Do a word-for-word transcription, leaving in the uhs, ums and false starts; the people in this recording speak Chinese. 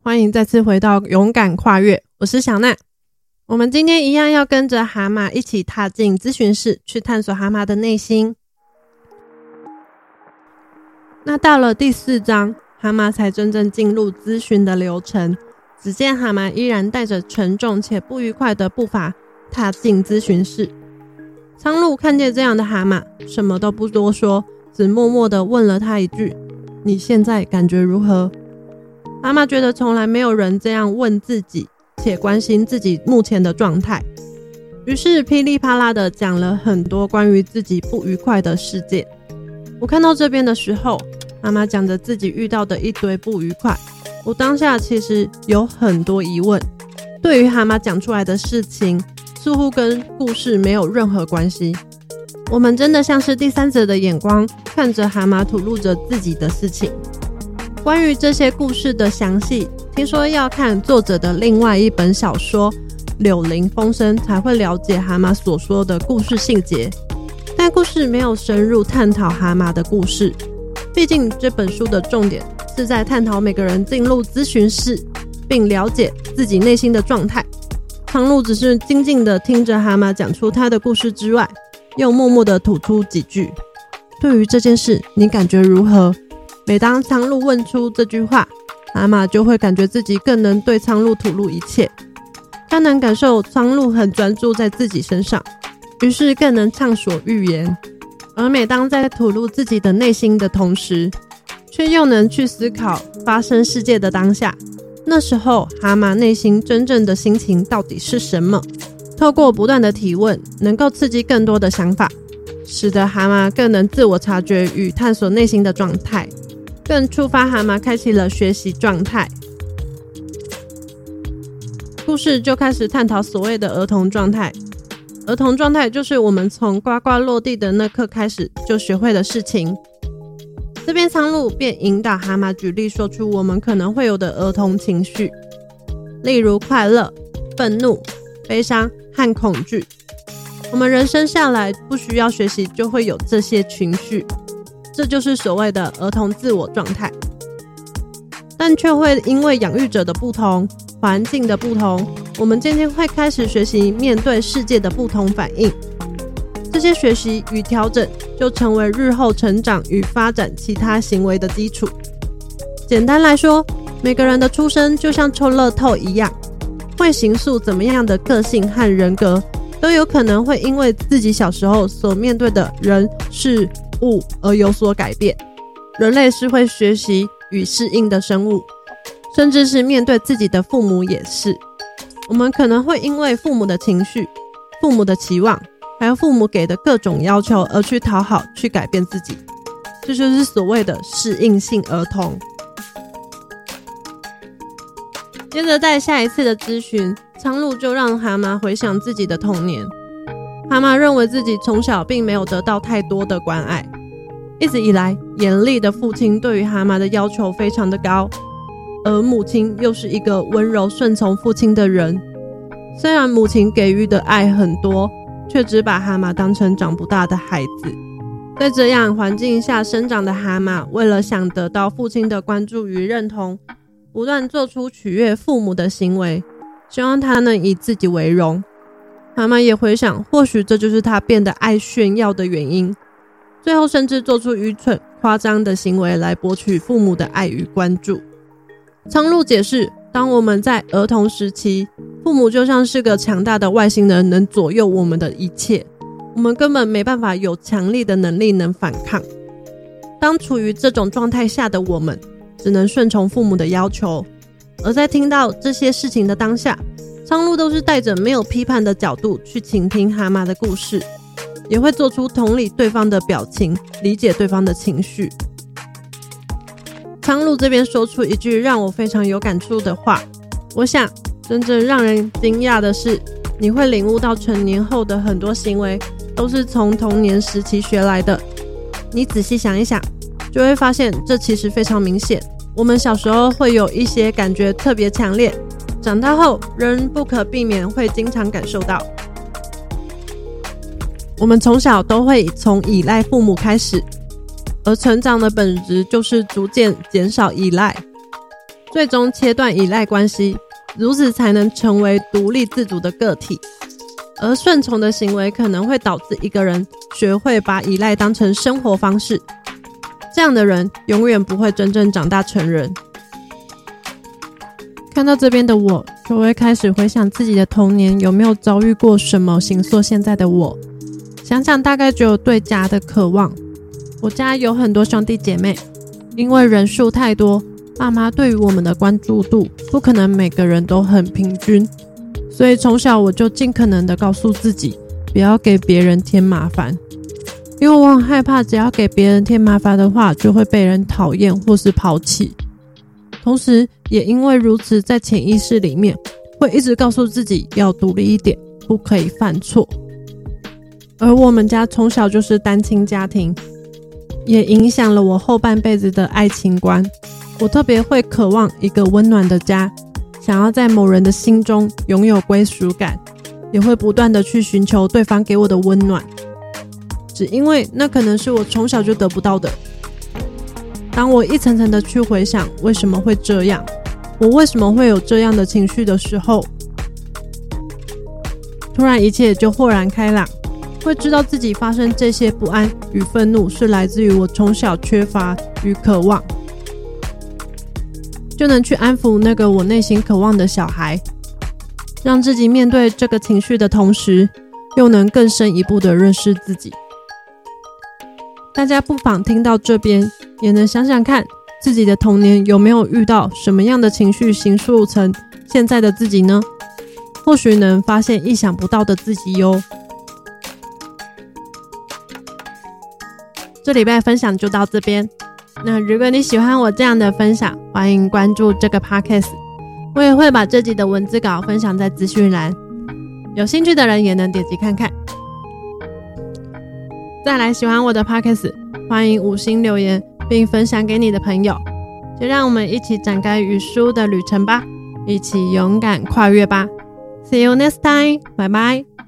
欢迎再次回到勇敢跨越，我是小娜。我们今天一样要跟着蛤蟆一起踏进咨询室，去探索蛤蟆的内心。那到了第四章，蛤蟆才真正进入咨询的流程。只见蛤蟆依然带着沉重且不愉快的步伐踏进咨询室。苍鹭看见这样的蛤蟆，什么都不多说，只默默地问了他一句：你现在感觉如何？蛤蟆觉得从来没有人这样问自己，且关心自己目前的状态，于是噼里啪啦的讲了很多关于自己不愉快的事件。我看到这边的时候，蛤蟆讲着自己遇到的一堆不愉快，我当下其实有很多疑问。对于蛤蟆讲出来的事情，似乎跟故事没有任何关系。我们真的像是第三者的眼光，看着蛤蟆吐露着自己的事情。关于这些故事的详细，听说要看作者的另外一本小说《柳林风声》才会了解蛤蟆所说的故事细节，但故事没有深入探讨蛤蟆的故事。毕竟这本书的重点是在探讨每个人进入咨询室并了解自己内心的状态。苍鹭只是静静地听着蛤蟆讲出他的故事之外，又默默地吐出几句：对于这件事你感觉如何？每当苍鹭问出这句话，蛤蟆就会感觉自己更能对苍鹭吐露一切。他能感受苍鹭很专注在自己身上，于是更能畅所欲言。而每当在吐露自己的内心的同时，却又能去思考发生世界的当下，那时候蛤蟆内心真正的心情到底是什么？透过不断的提问，能够刺激更多的想法，使得蛤蟆更能自我察觉与探索内心的状态，更触发蛤蟆开启了学习状态。故事就开始探讨所谓的儿童状态。儿童状态就是我们从呱呱落地的那刻开始就学会的事情。这边苍鹭便引导蛤蟆举例说出我们可能会有的儿童情绪，例如快乐、愤怒、悲伤和恐惧。我们人生下来不需要学习就会有这些情绪，这就是所谓的儿童自我状态，但却会因为养育者的不同、环境的不同，我们渐渐会开始学习面对世界的不同反应。这些学习与调整就成为日后成长与发展其他行为的基础。简单来说，每个人的出生就像抽乐透一样，会形塑怎么样的个性和人格，都有可能会因为自己小时候所面对的人事物而有所改变。人类是会学习与适应的生物，甚至是面对自己的父母也是。我们可能会因为父母的情绪、父母的期望，还有父母给的各种要求而去讨好、去改变自己，这就是所谓的适应性儿童。接着在下一次的咨询，苍鹭就让蛤蟆回想自己的童年。蛤蟆认为自己从小并没有得到太多的关爱，一直以来严厉的父亲对于蛤蟆的要求非常的高，而母亲又是一个温柔顺从父亲的人。虽然母亲给予的爱很多，却只把蛤蟆当成长不大的孩子。在这样环境下生长的蛤蟆，为了想得到父亲的关注与认同，不断做出取悦父母的行为，希望他能以自己为荣。蛤蟆也回想，或许这就是他变得爱炫耀的原因，最后甚至做出愚蠢夸张的行为来博取父母的爱与关注。苍鹭解释，当我们在儿童时期，父母就像是个强大的外星人，能左右我们的一切，我们根本没办法有强力的能力能反抗。当处于这种状态下的我们，只能顺从父母的要求。而在听到这些事情的当下，苍鹭都是带着没有批判的角度去倾听蛤蟆的故事，也会做出同理对方的表情，理解对方的情绪。苍鹭这边说出一句让我非常有感触的话，我想真正让人惊讶的是，你会领悟到成年后的很多行为都是从童年时期学来的。你仔细想一想，就会发现这其实非常明显。我们小时候会有一些感觉特别强烈，长大后人不可避免会经常感受到。我们从小都会从依赖父母开始，而成长的本质就是逐渐减少依赖， 最终切断依赖关系，如此才能成为独立自主的个体。而顺从的行为可能会导致一个人学会把依赖当成生活方式，这样的人永远不会真正长大成人。看到这边的我，就会开始回想自己的童年有没有遭遇过什么形塑现在的我。想想大概只有对家的渴望。我家有很多兄弟姐妹，因为人数太多，爸妈对于我们的关注度不可能每个人都很平均，所以从小我就尽可能的告诉自己不要给别人添麻烦，因为我很害怕只要给别人添麻烦的话就会被人讨厌或是抛弃。同时也因为如此，在潜意识里面会一直告诉自己要独立一点，不可以犯错。而我们家从小就是单亲家庭，也影响了我后半辈子的爱情观。我特别会渴望一个温暖的家，想要在某人的心中拥有归属感，也会不断的去寻求对方给我的温暖，只因为那可能是我从小就得不到的。当我一层层的去回想为什么会这样，我为什么会有这样的情绪的时候，突然一切就豁然开朗，会知道自己发生这些不安与愤怒是来自于我从小缺乏与渴望，就能去安抚那个我内心渴望的小孩，让自己面对这个情绪的同时，又能更深一步的认识自己。大家不妨听到这边，也能想想看自己的童年有没有遇到什么样的情绪形塑成现在的自己呢？或许能发现意想不到的自己哟。这礼拜分享就到这边，那如果你喜欢我这样的分享，欢迎关注这个 podcast， 我也会把这集的文字稿分享在资讯栏，有兴趣的人也能点击看看。再来，喜欢我的 podcast， 欢迎五星留言并分享给你的朋友，就让我们一起展开与书的旅程吧，一起勇敢跨越吧。See you next time， 拜拜。